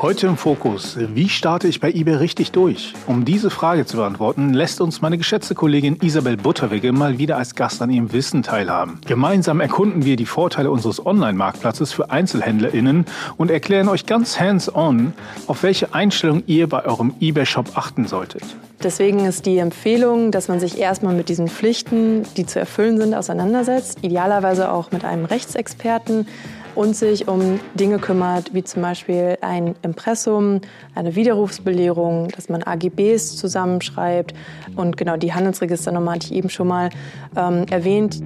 Heute im Fokus: Wie starte ich bei eBay richtig durch? Um diese Frage zu beantworten, lässt uns meine geschätzte Kollegin Isabel Butterwegge mal wieder als Gast an ihrem Wissen teilhaben. Gemeinsam erkunden wir die Vorteile unseres Online-Marktplatzes für EinzelhändlerInnen und erklären euch ganz hands-on, auf welche Einstellung ihr bei eurem eBay-Shop achten solltet. Deswegen ist die Empfehlung, dass man sich erstmal mit diesen Pflichten, die zu erfüllen sind, auseinandersetzt. Idealerweise auch mit einem Rechtsexperten und sich um Dinge kümmert, wie zum Beispiel ein Impressum, eine Widerrufsbelehrung, dass man AGBs zusammenschreibt. Und genau, die Handelsregisternummer hatte ich eben schon mal erwähnt.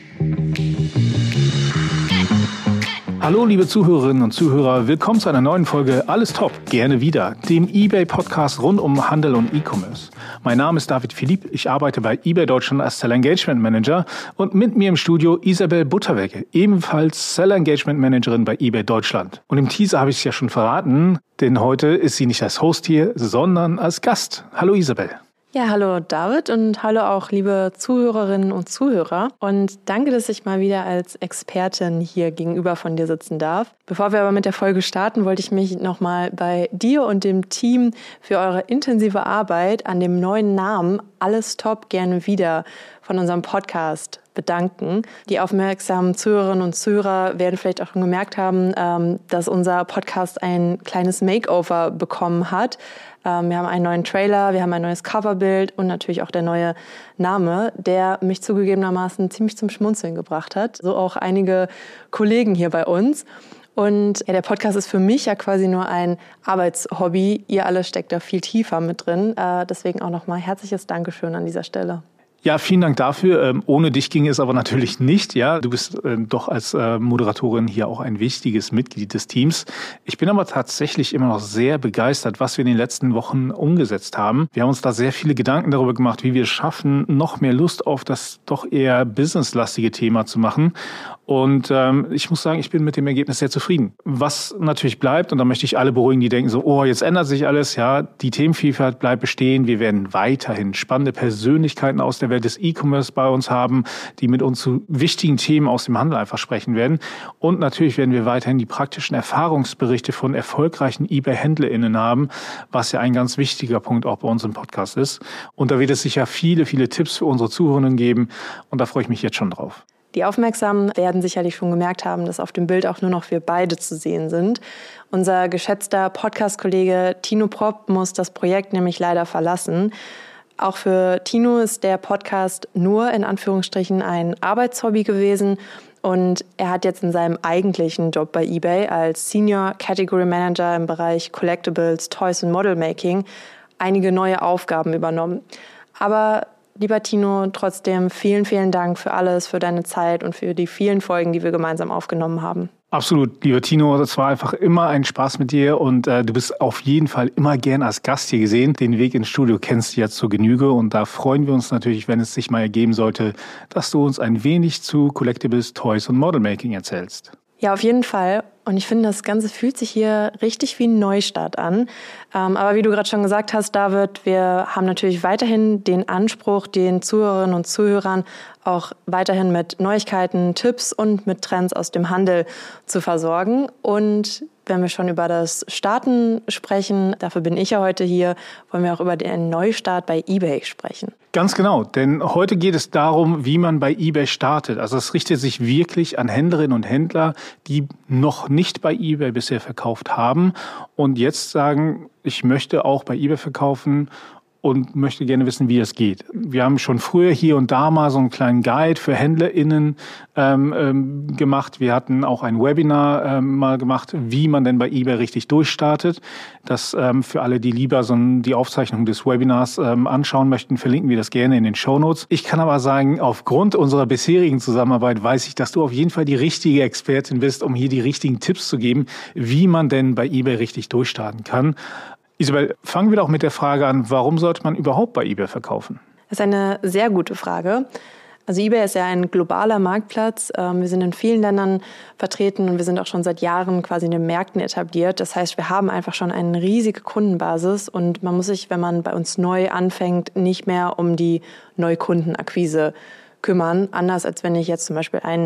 Hallo liebe Zuhörerinnen und Zuhörer, willkommen zu einer neuen Folge Alles Top, gerne wieder, dem eBay-Podcast rund um Handel und E-Commerce. Mein Name ist David Philipp, ich arbeite bei eBay Deutschland als Seller Engagement Manager und mit mir im Studio Isabel Butterwegge, ebenfalls Seller Engagement Managerin bei eBay Deutschland. Und im Teaser habe ich es ja schon verraten, denn heute ist sie nicht als Host hier, sondern als Gast. Hallo Isabel. Ja, hallo David und hallo auch liebe Zuhörerinnen und Zuhörer. Und danke, dass ich mal wieder als Expertin hier gegenüber von dir sitzen darf. Bevor wir aber mit der Folge starten, wollte ich mich nochmal bei dir und dem Team für eure intensive Arbeit an dem neuen Namen Alles Top, gerne wieder von unserem Podcast bedanken. Die aufmerksamen Zuhörerinnen und Zuhörer werden vielleicht auch schon gemerkt haben, dass unser Podcast ein kleines Makeover bekommen hat. Wir haben einen neuen Trailer, wir haben ein neues Coverbild und natürlich auch der neue Name, der mich zugegebenermaßen ziemlich zum Schmunzeln gebracht hat. So auch einige Kollegen hier bei uns. Und ja, der Podcast ist für mich ja quasi nur ein Arbeitshobby. Ihr alle steckt da viel tiefer mit drin. Deswegen auch nochmal herzliches Dankeschön an dieser Stelle. Ja, vielen Dank dafür. Ohne dich ging es aber natürlich nicht. Ja, du bist doch als Moderatorin hier auch ein wichtiges Mitglied des Teams. Ich bin aber tatsächlich immer noch sehr begeistert, was wir in den letzten Wochen umgesetzt haben. Wir haben uns da sehr viele Gedanken darüber gemacht, wie wir es schaffen, noch mehr Lust auf das doch eher businesslastige Thema zu machen. Und ich muss sagen, ich bin mit dem Ergebnis sehr zufrieden. Was natürlich bleibt, und da möchte ich alle beruhigen, die denken so, oh, jetzt ändert sich alles. Ja, die Themenvielfalt bleibt bestehen. Wir werden weiterhin spannende Persönlichkeiten aus der Welt des E-Commerce bei uns haben, die mit uns zu wichtigen Themen aus dem Handel einfach sprechen werden. Und natürlich werden wir weiterhin die praktischen Erfahrungsberichte von erfolgreichen eBay-HändlerInnen haben, was ja ein ganz wichtiger Punkt auch bei uns im Podcast ist. Und da wird es sicher viele, viele Tipps für unsere Zuhörerinnen geben. Und da freue ich mich jetzt schon drauf. Die Aufmerksamen werden sicherlich schon gemerkt haben, dass auf dem Bild auch nur noch wir beide zu sehen sind. Unser geschätzter Podcast-Kollege Tino Propp muss das Projekt nämlich leider verlassen. Auch für Tino ist der Podcast nur in Anführungsstrichen ein Arbeitshobby gewesen und er hat jetzt in seinem eigentlichen Job bei eBay als Senior Category Manager im Bereich Collectibles, Toys und Model Making einige neue Aufgaben übernommen. Aber lieber Tino, trotzdem vielen, vielen Dank für alles, für deine Zeit und für die vielen Folgen, die wir gemeinsam aufgenommen haben. Absolut, lieber Tino, das war einfach immer ein Spaß mit dir und du bist auf jeden Fall immer gern als Gast hier gesehen. Den Weg ins Studio kennst du jetzt zur Genüge und da freuen wir uns natürlich, wenn es sich mal ergeben sollte, dass du uns ein wenig zu Collectibles, Toys und Model Making erzählst. Ja, auf jeden Fall. Und ich finde, das Ganze fühlt sich hier richtig wie ein Neustart an. Aber wie du gerade schon gesagt hast, David, wir haben natürlich weiterhin den Anspruch, den Zuhörerinnen und Zuhörern auch weiterhin mit Neuigkeiten, Tipps und mit Trends aus dem Handel zu versorgen. Und wenn wir schon über das Starten sprechen, dafür bin ich ja heute hier, wollen wir auch über den Neustart bei eBay sprechen. Ganz genau, denn heute geht es darum, wie man bei eBay startet. Also es richtet sich wirklich an Händlerinnen und Händler, die noch nicht bei eBay bisher verkauft haben und jetzt sagen, ich möchte auch bei eBay verkaufen und möchte gerne wissen, wie das geht. Wir haben schon früher hier und da mal so einen kleinen Guide für HändlerInnen gemacht. Wir hatten auch ein Webinar mal gemacht, wie man denn bei eBay richtig durchstartet. Das für alle, die lieber die Aufzeichnung des Webinars anschauen möchten, verlinken wir das gerne in den Shownotes. Ich kann aber sagen, aufgrund unserer bisherigen Zusammenarbeit weiß ich, dass du auf jeden Fall die richtige Expertin bist, um hier die richtigen Tipps zu geben, wie man denn bei eBay richtig durchstarten kann. Isabel, fangen wir doch mit der Frage an, warum sollte man überhaupt bei eBay verkaufen? Das ist eine sehr gute Frage. Also eBay ist ja ein globaler Marktplatz. Wir sind in vielen Ländern vertreten und wir sind auch schon seit Jahren quasi in den Märkten etabliert. Das heißt, wir haben einfach schon eine riesige Kundenbasis und man muss sich, wenn man bei uns neu anfängt, nicht mehr um die Neukundenakquise kümmern. Anders als wenn ich jetzt zum Beispiel ein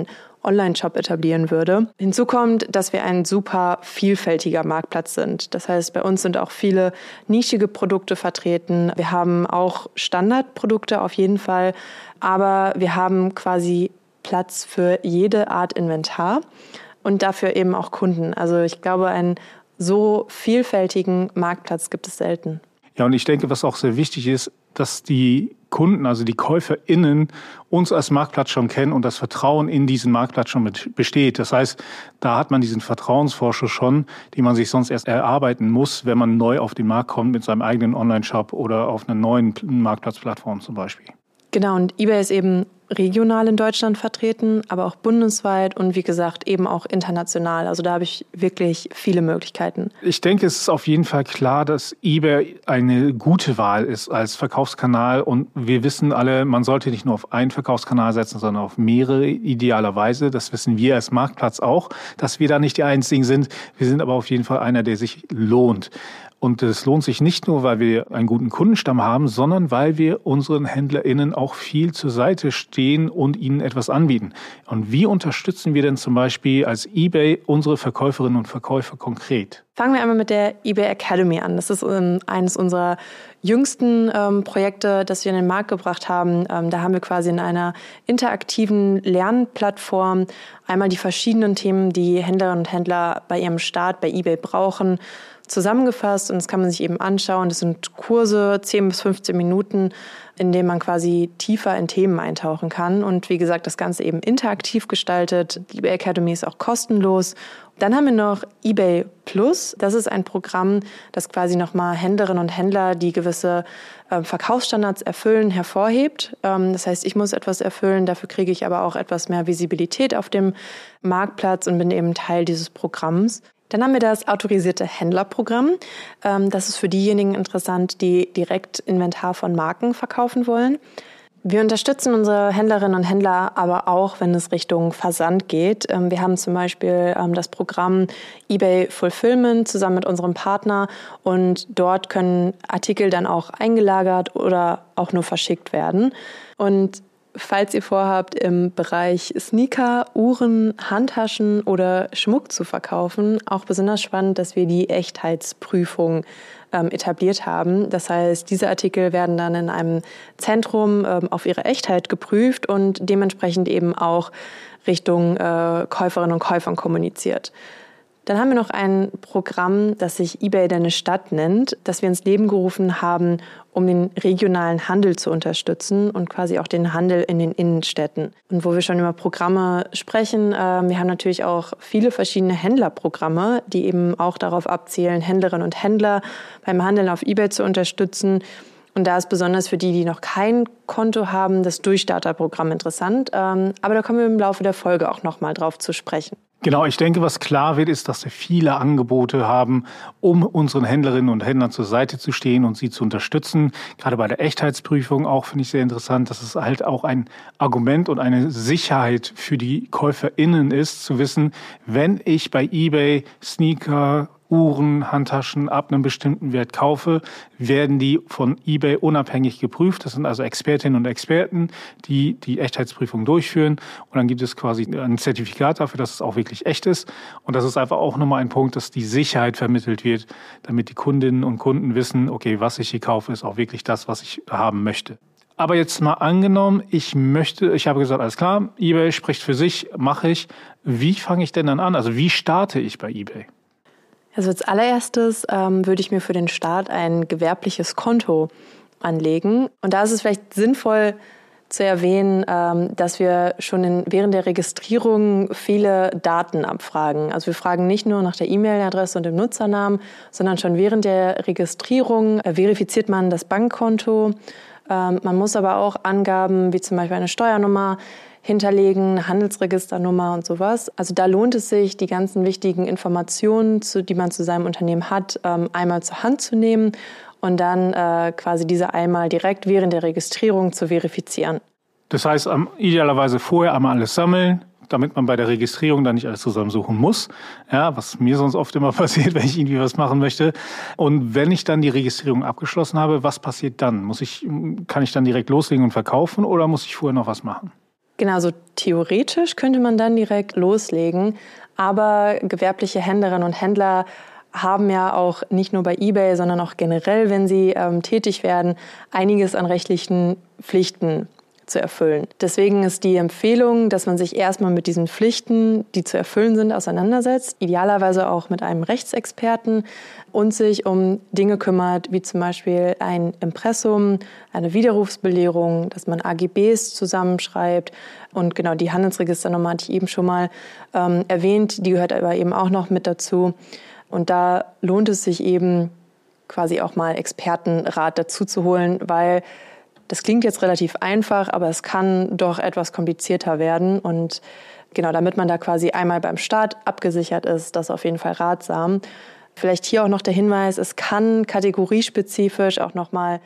Online-Shop etablieren würde. Hinzu kommt, dass wir ein super vielfältiger Marktplatz sind. Das heißt, bei uns sind auch viele nischige Produkte vertreten. Wir haben auch Standardprodukte auf jeden Fall, aber wir haben quasi Platz für jede Art Inventar und dafür eben auch Kunden. Also ich glaube, einen so vielfältigen Marktplatz gibt es selten. Ja, und ich denke, was auch sehr wichtig ist, dass die Kunden, also die KäuferInnen, uns als Marktplatz schon kennen und das Vertrauen in diesen Marktplatz schon besteht. Das heißt, da hat man diesen Vertrauensvorschuss schon, den man sich sonst erst erarbeiten muss, wenn man neu auf den Markt kommt mit seinem eigenen Online-Shop oder auf einer neuen Marktplatzplattform zum Beispiel. Genau, und eBay ist eben regional in Deutschland vertreten, aber auch bundesweit und wie gesagt eben auch international. Also da habe ich wirklich viele Möglichkeiten. Ich denke, es ist auf jeden Fall klar, dass eBay eine gute Wahl ist als Verkaufskanal. Und wir wissen alle, man sollte nicht nur auf einen Verkaufskanal setzen, sondern auf mehrere idealerweise. Das wissen wir als Marktplatz auch, dass wir da nicht die Einzigen sind. Wir sind aber auf jeden Fall einer, der sich lohnt. Und es lohnt sich nicht nur, weil wir einen guten Kundenstamm haben, sondern weil wir unseren HändlerInnen auch viel zur Seite stehen und ihnen etwas anbieten. Und wie unterstützen wir denn zum Beispiel als eBay unsere Verkäuferinnen und Verkäufer konkret? Fangen wir einmal mit der eBay Academy an. Das ist eines unserer jüngsten Projekte, das wir in den Markt gebracht haben. Da haben wir quasi in einer interaktiven Lernplattform einmal die verschiedenen Themen, die Händlerinnen und Händler bei ihrem Start bei eBay brauchen, zusammengefasst, und das kann man sich eben anschauen. Das sind Kurse, 10 bis 15 Minuten, in denen man quasi tiefer in Themen eintauchen kann. Und wie gesagt, das Ganze eben interaktiv gestaltet. Die eBay Academy ist auch kostenlos. Dann haben wir noch eBay Plus. Das ist ein Programm, das quasi nochmal Händlerinnen und Händler, die gewisse Verkaufsstandards erfüllen, hervorhebt. Das heißt, ich muss etwas erfüllen, dafür kriege ich aber auch etwas mehr Visibilität auf dem Marktplatz und bin eben Teil dieses Programms. Dann haben wir das autorisierte Händlerprogramm. Das ist für diejenigen interessant, die direkt Inventar von Marken verkaufen wollen. Wir unterstützen unsere Händlerinnen und Händler aber auch, wenn es Richtung Versand geht. Wir haben zum Beispiel das Programm eBay Fulfillment zusammen mit unserem Partner, und dort können Artikel dann auch eingelagert oder auch nur verschickt werden. Und falls ihr vorhabt, im Bereich Sneaker, Uhren, Handtaschen oder Schmuck zu verkaufen, auch besonders spannend, dass wir die Echtheitsprüfung etabliert haben. Das heißt, diese Artikel werden dann in einem Zentrum auf ihre Echtheit geprüft und dementsprechend eben auch Richtung Käuferinnen und Käufern kommuniziert. Dann haben wir noch ein Programm, das sich eBay Deine Stadt nennt, das wir ins Leben gerufen haben, um den regionalen Handel zu unterstützen und quasi auch den Handel in den Innenstädten. Und wo wir schon über Programme sprechen, wir haben natürlich auch viele verschiedene Händlerprogramme, die eben auch darauf abzielen, Händlerinnen und Händler beim Handeln auf eBay zu unterstützen. Und da ist besonders für die, die noch kein Konto haben, das Durchstarterprogramm interessant. Aber da kommen wir im Laufe der Folge auch nochmal drauf zu sprechen. Genau, ich denke, was klar wird, ist, dass wir viele Angebote haben, um unseren Händlerinnen und Händlern zur Seite zu stehen und sie zu unterstützen. Gerade bei der Echtheitsprüfung auch finde ich sehr interessant, dass es halt auch ein Argument und eine Sicherheit für die KäuferInnen ist, zu wissen, wenn ich bei eBay Sneaker, Uhren, Handtaschen ab einem bestimmten Wert kaufe, werden die von eBay unabhängig geprüft. Das sind also Expertinnen und Experten, die die Echtheitsprüfung durchführen. Und dann gibt es quasi ein Zertifikat dafür, dass es auch wirklich echt ist. Und das ist einfach auch nochmal ein Punkt, dass die Sicherheit vermittelt wird, damit die Kundinnen und Kunden wissen, okay, was ich hier kaufe, ist auch wirklich das, was ich haben möchte. Aber jetzt mal angenommen, ich habe gesagt, alles klar, eBay spricht für sich, mache ich. Wie fange ich denn dann an? Also wie starte ich bei eBay? Also als allererstes würde ich mir für den Start ein gewerbliches Konto anlegen. Und da ist es vielleicht sinnvoll zu erwähnen, dass wir schon während der Registrierung viele Daten abfragen. Also wir fragen nicht nur nach der E-Mail-Adresse und dem Nutzernamen, sondern schon während der Registrierung verifiziert man das Bankkonto. Man muss aber auch Angaben wie zum Beispiel eine Steuernummer hinterlegen, eine Handelsregisternummer und sowas. Also da lohnt es sich, die ganzen wichtigen Informationen, die man zu seinem Unternehmen hat, einmal zur Hand zu nehmen und dann quasi diese einmal direkt während der Registrierung zu verifizieren. Das heißt, idealerweise vorher einmal alles sammeln, damit man bei der Registrierung dann nicht alles zusammensuchen muss. Ja, was mir sonst oft immer passiert, wenn ich irgendwie was machen möchte. Und wenn ich dann die Registrierung abgeschlossen habe, was passiert dann? Kann ich dann direkt loslegen und verkaufen oder muss ich vorher noch was machen? Genau, so theoretisch könnte man dann direkt loslegen, aber gewerbliche Händlerinnen und Händler haben ja auch nicht nur bei eBay, sondern auch generell, wenn sie tätig werden, einiges an rechtlichen Pflichten zu erfüllen. Deswegen ist die Empfehlung, dass man sich erstmal mit diesen Pflichten, die zu erfüllen sind, auseinandersetzt, idealerweise auch mit einem Rechtsexperten und sich um Dinge kümmert, wie zum Beispiel ein Impressum, eine Widerrufsbelehrung, dass man AGBs zusammenschreibt und genau die Handelsregisternummer hatte ich eben schon mal erwähnt, die gehört aber eben auch noch mit dazu. Und da lohnt es sich eben quasi auch mal Expertenrat dazu zu holen, weil das klingt jetzt relativ einfach, aber es kann doch etwas komplizierter werden. Und genau, damit man da quasi einmal beim Start abgesichert ist, das ist auf jeden Fall ratsam. Vielleicht hier auch noch der Hinweis, es kann kategoriespezifisch auch nochmal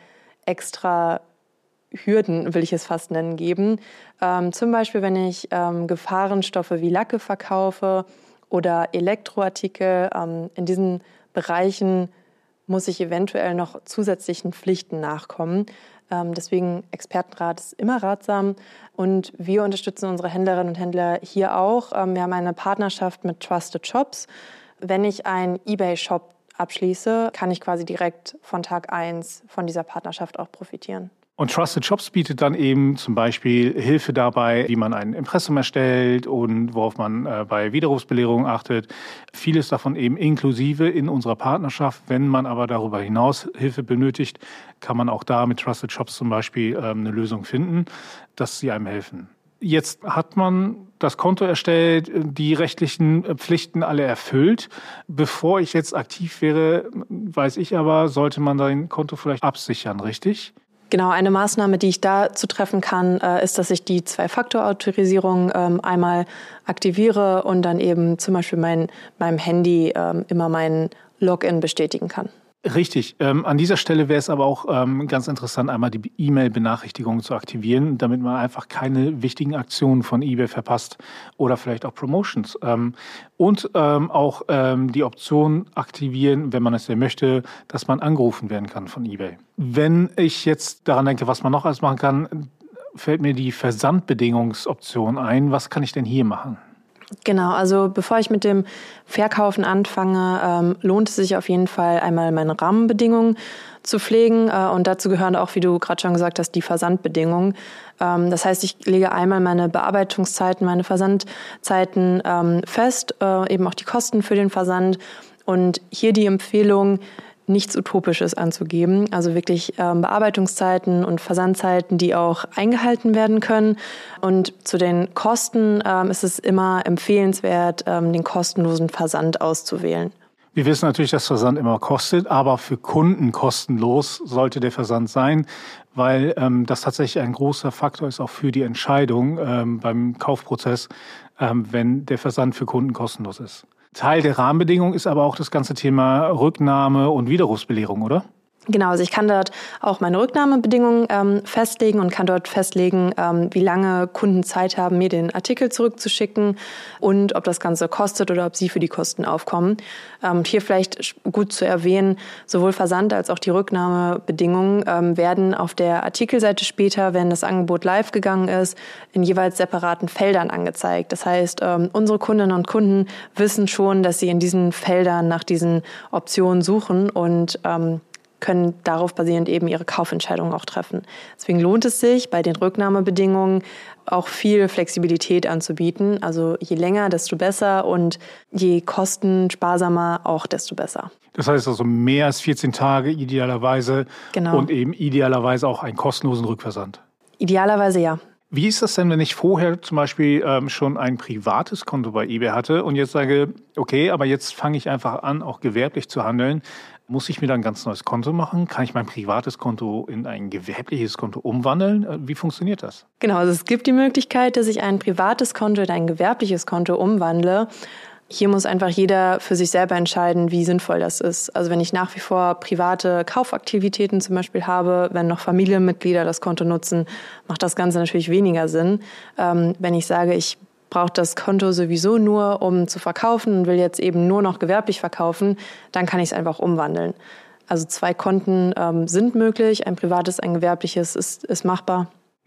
extra Hürden, will ich es fast nennen, geben. Zum Beispiel, wenn ich Gefahrenstoffe wie Lacke verkaufe oder Elektroartikel. In diesen Bereichen muss ich eventuell noch zusätzlichen Pflichten nachkommen. Deswegen Expertenrat ist immer ratsam. Und wir unterstützen unsere Händlerinnen und Händler hier auch. Wir haben eine Partnerschaft mit Trusted Shops. Wenn ich einen eBay-Shop abschließe, kann ich quasi direkt von Tag 1 von dieser Partnerschaft auch profitieren. Und Trusted Shops bietet dann eben zum Beispiel Hilfe dabei, wie man ein Impressum erstellt und worauf man bei Widerrufsbelehrungen achtet. Vieles davon eben inklusive in unserer Partnerschaft. Wenn man aber darüber hinaus Hilfe benötigt, kann man auch da mit Trusted Shops zum Beispiel eine Lösung finden, dass sie einem helfen. Jetzt hat man das Konto erstellt, die rechtlichen Pflichten alle erfüllt. Bevor ich jetzt aktiv wäre, weiß ich aber, sollte man sein Konto vielleicht absichern, richtig? Genau, eine Maßnahme, die ich dazu treffen kann, ist, dass ich die Zwei-Faktor-Autorisierung einmal aktiviere und dann eben zum Beispiel meinem Handy immer meinen Login bestätigen kann. Richtig. An dieser Stelle wäre es aber auch ganz interessant, einmal die E-Mail-Benachrichtigungen zu aktivieren, damit man einfach keine wichtigen Aktionen von eBay verpasst oder vielleicht auch Promotions. Und auch die Option aktivieren, wenn man es denn möchte, dass man angerufen werden kann von eBay. Wenn ich jetzt daran denke, was man noch alles machen kann, fällt mir die Versandbedingungsoption ein. Was kann ich denn hier machen? Genau, also bevor ich mit dem Verkaufen anfange, lohnt es sich auf jeden Fall einmal meine Rahmenbedingungen zu pflegen und dazu gehören auch, wie du gerade schon gesagt hast, die Versandbedingungen. Das heißt, ich lege einmal meine Bearbeitungszeiten, meine Versandzeiten fest, eben auch die Kosten für den Versand und hier die Empfehlung, nichts Utopisches anzugeben, also wirklich Bearbeitungszeiten und Versandzeiten, die auch eingehalten werden können. Und zu den Kosten ist es immer empfehlenswert, den kostenlosen Versand auszuwählen. Wir wissen natürlich, dass Versand immer kostet, aber für Kunden kostenlos sollte der Versand sein, weil das tatsächlich ein großer Faktor ist auch für die Entscheidung beim Kaufprozess, wenn der Versand für Kunden kostenlos ist. Teil der Rahmenbedingungen ist aber auch das ganze Thema Rücknahme und Widerrufsbelehrung, oder? Genau, also ich kann dort auch meine Rücknahmebedingungen festlegen und kann dort festlegen, wie lange Kunden Zeit haben, mir den Artikel zurückzuschicken und ob das Ganze kostet oder ob sie für die Kosten aufkommen. Hier vielleicht gut zu erwähnen, sowohl Versand als auch die Rücknahmebedingungen werden auf der Artikelseite später, wenn das Angebot live gegangen ist, in jeweils separaten Feldern angezeigt. Das heißt, unsere Kundinnen und Kunden wissen schon, dass sie in diesen Feldern nach diesen Optionen suchen und können darauf basierend eben ihre Kaufentscheidungen auch treffen. Deswegen lohnt es sich, bei den Rücknahmebedingungen auch viel Flexibilität anzubieten. Also je länger, desto besser und je kostensparsamer auch, desto besser. Das heißt also mehr als 14 Tage idealerweise und eben idealerweise auch einen kostenlosen Rückversand. Idealerweise ja. Wie ist das denn, wenn ich vorher zum Beispiel schon ein privates Konto bei eBay hatte und jetzt sage, okay, aber jetzt fange ich einfach an, auch gewerblich zu handeln. Muss ich mir dann ein ganz neues Konto machen? Kann ich mein privates Konto in ein gewerbliches Konto umwandeln? Wie funktioniert das? Genau, also es gibt die Möglichkeit, dass ich ein privates Konto in ein gewerbliches Konto umwandle. Hier muss einfach jeder für sich selber entscheiden, wie sinnvoll das ist. Also wenn ich nach wie vor private Kaufaktivitäten zum Beispiel habe, wenn noch Familienmitglieder das Konto nutzen, macht das Ganze natürlich weniger Sinn. Wenn ich sage, ich brauche das Konto sowieso nur, um zu verkaufen und will jetzt eben nur noch gewerblich verkaufen, dann kann ich es einfach umwandeln. Also 2 Konten sind möglich, ein privates, ein gewerbliches ist machbar.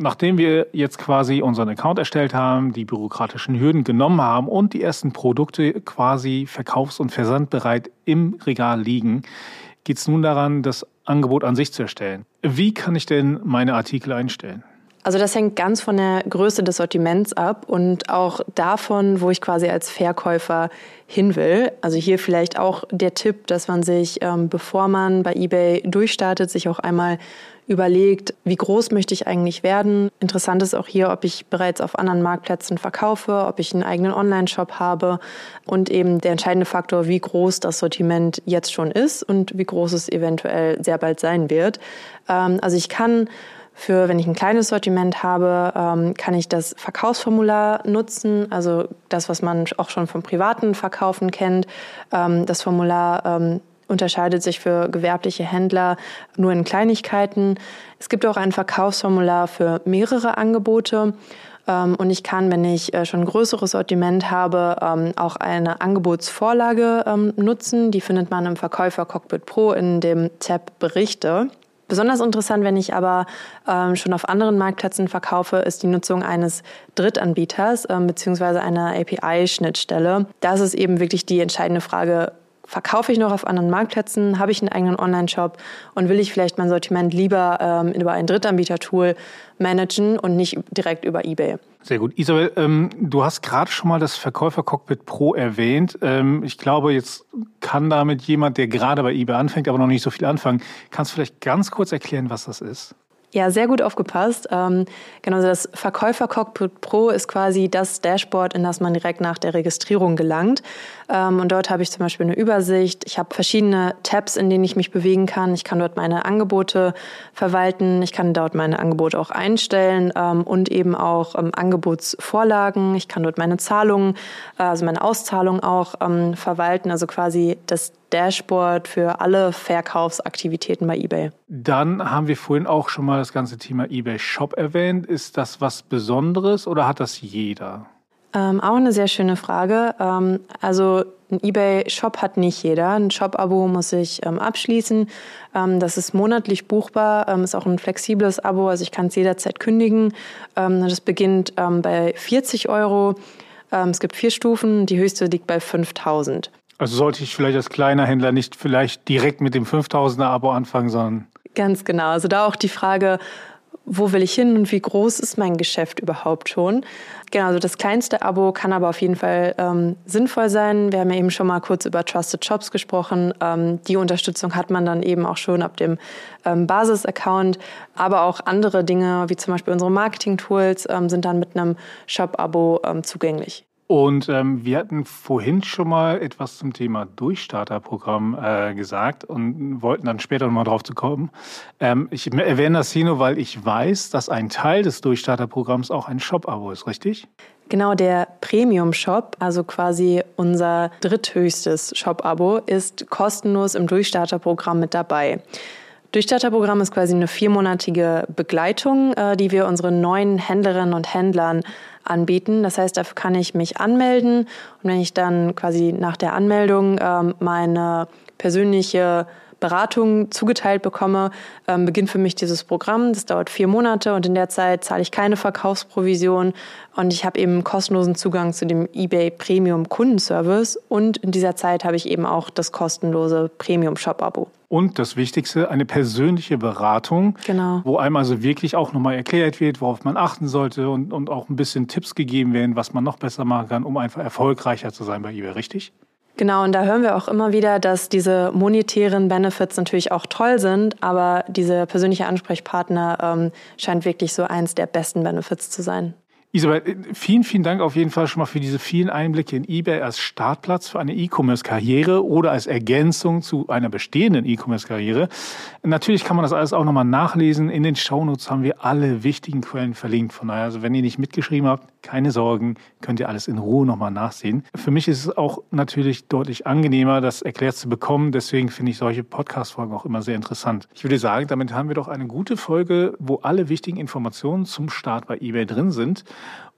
Nachdem wir jetzt quasi unseren Account erstellt haben, die bürokratischen Hürden genommen haben und die ersten Produkte quasi verkaufs- und versandbereit im Regal liegen, geht es nun daran, das Angebot an sich zu erstellen. Wie kann ich denn meine Artikel einstellen? Also das hängt ganz von der Größe des Sortiments ab und auch davon, wo ich quasi als Verkäufer hin will. Also hier vielleicht auch der Tipp, dass man sich, bevor man bei eBay durchstartet, sich auch einmal überlegt, wie groß möchte ich eigentlich werden. Interessant ist auch hier, ob ich bereits auf anderen Marktplätzen verkaufe, ob ich einen eigenen Online-Shop habe und eben der entscheidende Faktor, wie groß das Sortiment jetzt schon ist und wie groß es eventuell sehr bald sein wird. Also ich kann wenn ich ein kleines Sortiment habe, kann ich das Verkaufsformular nutzen, also das, was man auch schon vom privaten Verkaufen kennt. Das Formular unterscheidet sich für gewerbliche Händler nur in Kleinigkeiten. Es gibt auch ein Verkaufsformular für mehrere Angebote. Und ich kann, wenn ich schon ein größeres Sortiment habe, auch eine Angebotsvorlage nutzen. Die findet man im Verkäufer-Cockpit Pro in dem Tab Berichte. Besonders interessant, wenn ich aber schon auf anderen Marktplätzen verkaufe, ist die Nutzung eines Drittanbieters beziehungsweise einer API-Schnittstelle. Das ist eben wirklich die entscheidende Frage. Verkaufe ich noch auf anderen Marktplätzen? Habe ich einen eigenen Online-Shop? Und will ich vielleicht mein Sortiment lieber über ein Drittanbieter-Tool managen und nicht direkt über eBay? Sehr gut. Isabel, du hast gerade schon mal das Verkäufer-Cockpit Pro erwähnt. Ich glaube, jetzt kann damit jemand, der gerade bei eBay anfängt, aber noch nicht so viel anfangen. Kannst du vielleicht ganz kurz erklären, was das ist? Ja, sehr gut aufgepasst. Genau, also das Verkäufer-Cockpit Pro ist quasi das Dashboard, in das man direkt nach der Registrierung gelangt. Und dort habe ich zum Beispiel eine Übersicht. Ich habe verschiedene Tabs, in denen ich mich bewegen kann. Ich kann dort meine Angebote verwalten. Ich kann dort meine Angebote auch einstellen und eben auch Angebotsvorlagen. Ich kann dort meine Zahlungen, also meine Auszahlung auch verwalten. Also quasi das Dashboard für alle Verkaufsaktivitäten bei eBay. Dann haben wir vorhin auch schon mal das ganze Thema eBay Shop erwähnt. Ist das was Besonderes oder hat das jeder? Auch eine sehr schöne Frage. Also ein eBay-Shop hat nicht jeder. Ein Shop-Abo muss ich abschließen. Das ist monatlich buchbar, ist auch ein flexibles Abo, also ich kann es jederzeit kündigen. Das beginnt bei 40 €. Es gibt 4 Stufen, die höchste liegt bei 5.000. Also sollte ich vielleicht als kleiner Händler nicht vielleicht direkt mit dem 5.000er-Abo anfangen, sondern... Ganz genau. Also da auch die Frage, wo will ich hin und wie groß ist mein Geschäft überhaupt schon? Genau, also das kleinste Abo kann aber auf jeden Fall sinnvoll sein. Wir haben ja eben schon mal kurz über Trusted Shops gesprochen. Die Unterstützung hat man dann eben auch schon ab dem Basis-Account. Aber auch andere Dinge, wie zum Beispiel unsere Marketing-Tools, sind dann mit einem Shop-Abo zugänglich. Und wir hatten vorhin schon mal etwas zum Thema Durchstarterprogramm gesagt und wollten dann später nochmal drauf zu kommen. Ich erwähne das hier nur, weil ich weiß, dass ein Teil des Durchstarterprogramms auch ein Shop-Abo ist, richtig? Genau, der Premium-Shop, also quasi unser dritthöchstes Shop-Abo, ist kostenlos im Durchstarterprogramm mit dabei. Durchstarterprogramm ist quasi eine 4-monatige Begleitung, die wir unseren neuen Händlerinnen und Händlern anbieten. Das heißt, dafür kann ich mich anmelden und wenn ich dann quasi nach der Anmeldung meine persönliche Beratung zugeteilt bekomme, beginnt für mich dieses Programm. Das dauert 4 Monate und in der Zeit zahle ich keine Verkaufsprovision und ich habe eben kostenlosen Zugang zu dem eBay Premium Kundenservice und in dieser Zeit habe ich eben auch das kostenlose Premium Shop Abo. Und das Wichtigste, eine persönliche Beratung, genau, wo einem also wirklich auch nochmal erklärt wird, worauf man achten sollte und auch ein bisschen Tipps gegeben werden, was man noch besser machen kann, um einfach erfolgreicher zu sein bei eBay, richtig? Genau, und da hören wir auch immer wieder, dass diese monetären Benefits natürlich auch toll sind, aber dieser persönliche Ansprechpartner scheint wirklich so eins der besten Benefits zu sein. Isabel, vielen, vielen Dank auf jeden Fall schon mal für diese vielen Einblicke in eBay als Startplatz für eine E-Commerce-Karriere oder als Ergänzung zu einer bestehenden E-Commerce-Karriere. Natürlich kann man das alles auch nochmal nachlesen. In den Shownotes haben wir alle wichtigen Quellen verlinkt. Von daher, also wenn ihr nicht mitgeschrieben habt, keine Sorgen, könnt ihr alles in Ruhe nochmal nachsehen. Für mich ist es auch natürlich deutlich angenehmer, das erklärt zu bekommen. Deswegen finde ich solche Podcast-Folgen auch immer sehr interessant. Ich würde sagen, damit haben wir doch eine gute Folge, wo alle wichtigen Informationen zum Start bei eBay drin sind.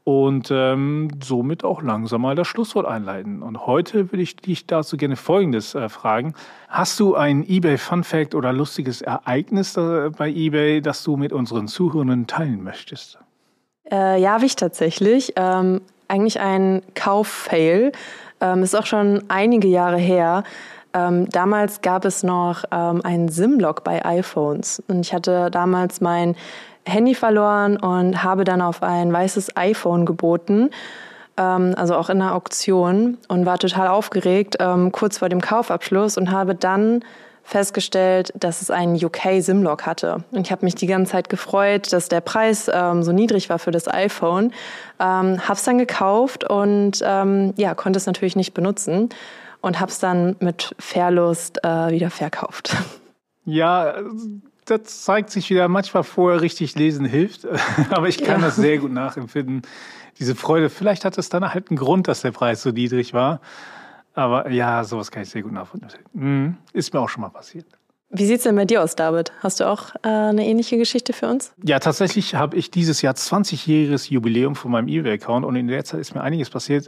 und somit auch langsam mal das Schlusswort einleiten. Und heute würde ich dich dazu gerne Folgendes fragen. Hast du ein eBay-Fun-Fact oder lustiges Ereignis bei eBay, das du mit unseren Zuhörern teilen möchtest? Ja, habe ich tatsächlich. Eigentlich ein Kauf-Fail. Ist auch schon einige Jahre her. Damals gab es noch einen SIM-Lock bei iPhones. Und ich hatte damals mein Handy verloren und habe dann auf ein weißes iPhone geboten, also auch in einer Auktion, und war total aufgeregt, kurz vor dem Kaufabschluss, und habe dann festgestellt, dass es einen UK-SIM-Lock hatte. Und ich habe mich die ganze Zeit gefreut, dass der Preis so niedrig war für das iPhone. Habe es dann gekauft und konnte es natürlich nicht benutzen und habe es dann mit Verlust wieder verkauft. Ja, das zeigt sich wieder, manchmal vorher richtig lesen hilft, aber ich kann das sehr gut nachempfinden, diese Freude. Vielleicht hat es dann halt einen Grund, dass der Preis so niedrig war, aber ja, sowas kann ich sehr gut nachempfinden. Ist mir auch schon mal passiert. Wie sieht's denn bei dir aus, David? Hast du auch eine ähnliche Geschichte für uns? Ja, tatsächlich habe ich dieses Jahr 20-jähriges Jubiläum von meinem eBay-Account und in der Zeit ist mir einiges passiert.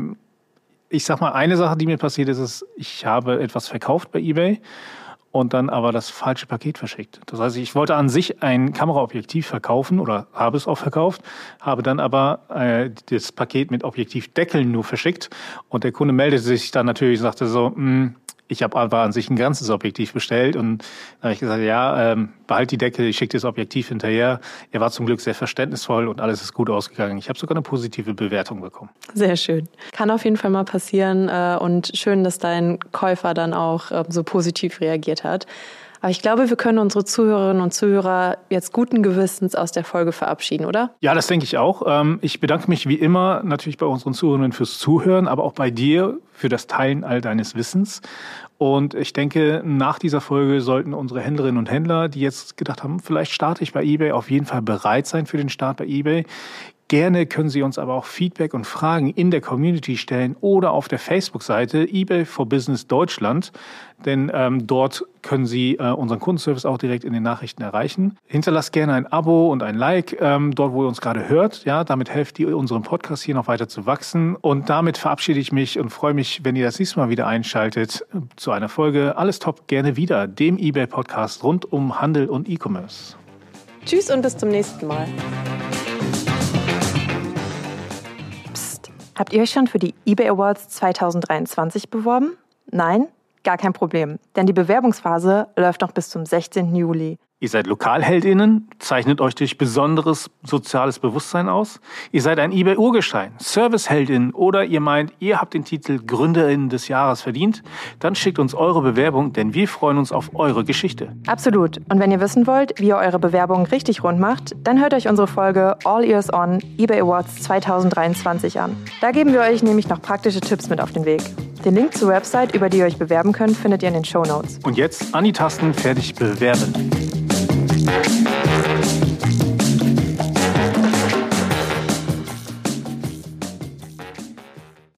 Ich sag mal, eine Sache, die mir passiert ist, ich habe etwas verkauft bei eBay und dann aber das falsche Paket verschickt. Das heißt, ich wollte an sich ein Kameraobjektiv verkaufen oder habe es auch verkauft, habe dann aber das Paket mit Objektivdeckeln nur verschickt und der Kunde meldete sich dann natürlich und sagte so, ich habe aber an sich ein ganzes Objektiv bestellt und dann habe ich gesagt, ja, behalt die Deckel, ich schicke dir das Objektiv hinterher. Er war zum Glück sehr verständnisvoll und alles ist gut ausgegangen. Ich habe sogar eine positive Bewertung bekommen. Sehr schön. Kann auf jeden Fall mal passieren und schön, dass dein Käufer dann auch so positiv reagiert hat. Aber ich glaube, wir können unsere Zuhörerinnen und Zuhörer jetzt guten Gewissens aus der Folge verabschieden, oder? Ja, das denke ich auch. Ich bedanke mich wie immer natürlich bei unseren Zuhörern fürs Zuhören, aber auch bei dir für das Teilen all deines Wissens. Und ich denke, nach dieser Folge sollten unsere Händlerinnen und Händler, die jetzt gedacht haben, vielleicht starte ich bei eBay, auf jeden Fall bereit sein für den Start bei eBay. Gerne können Sie uns aber auch Feedback und Fragen in der Community stellen oder auf der Facebook-Seite eBay for Business Deutschland, denn dort können Sie unseren Kundenservice auch direkt in den Nachrichten erreichen. Hinterlasst gerne ein Abo und ein Like dort, wo ihr uns gerade hört. Ja, damit helft ihr unserem Podcast hier noch weiter zu wachsen. Und damit verabschiede ich mich und freue mich, wenn ihr das nächste Mal wieder einschaltet zu einer Folge Alles Top gerne wieder, dem eBay-Podcast rund um Handel und E-Commerce. Tschüss und bis zum nächsten Mal. Habt ihr euch schon für die eBay Awards 2023 beworben? Nein? Gar kein Problem, denn die Bewerbungsphase läuft noch bis zum 16. Juli. Ihr seid LokalheldInnen, zeichnet euch durch besonderes soziales Bewusstsein aus. Ihr seid ein eBay-Urgestein, Serviceheldin oder ihr meint, ihr habt den Titel Gründerin des Jahres verdient. Dann schickt uns eure Bewerbung, denn wir freuen uns auf eure Geschichte. Absolut. Und wenn ihr wissen wollt, wie ihr eure Bewerbung richtig rund macht, dann hört euch unsere Folge All Ears On eBay Awards 2023 an. Da geben wir euch nämlich noch praktische Tipps mit auf den Weg. Den Link zur Website, über die ihr euch bewerben könnt, findet ihr in den Shownotes. Und jetzt an die Tasten, fertig bewerben.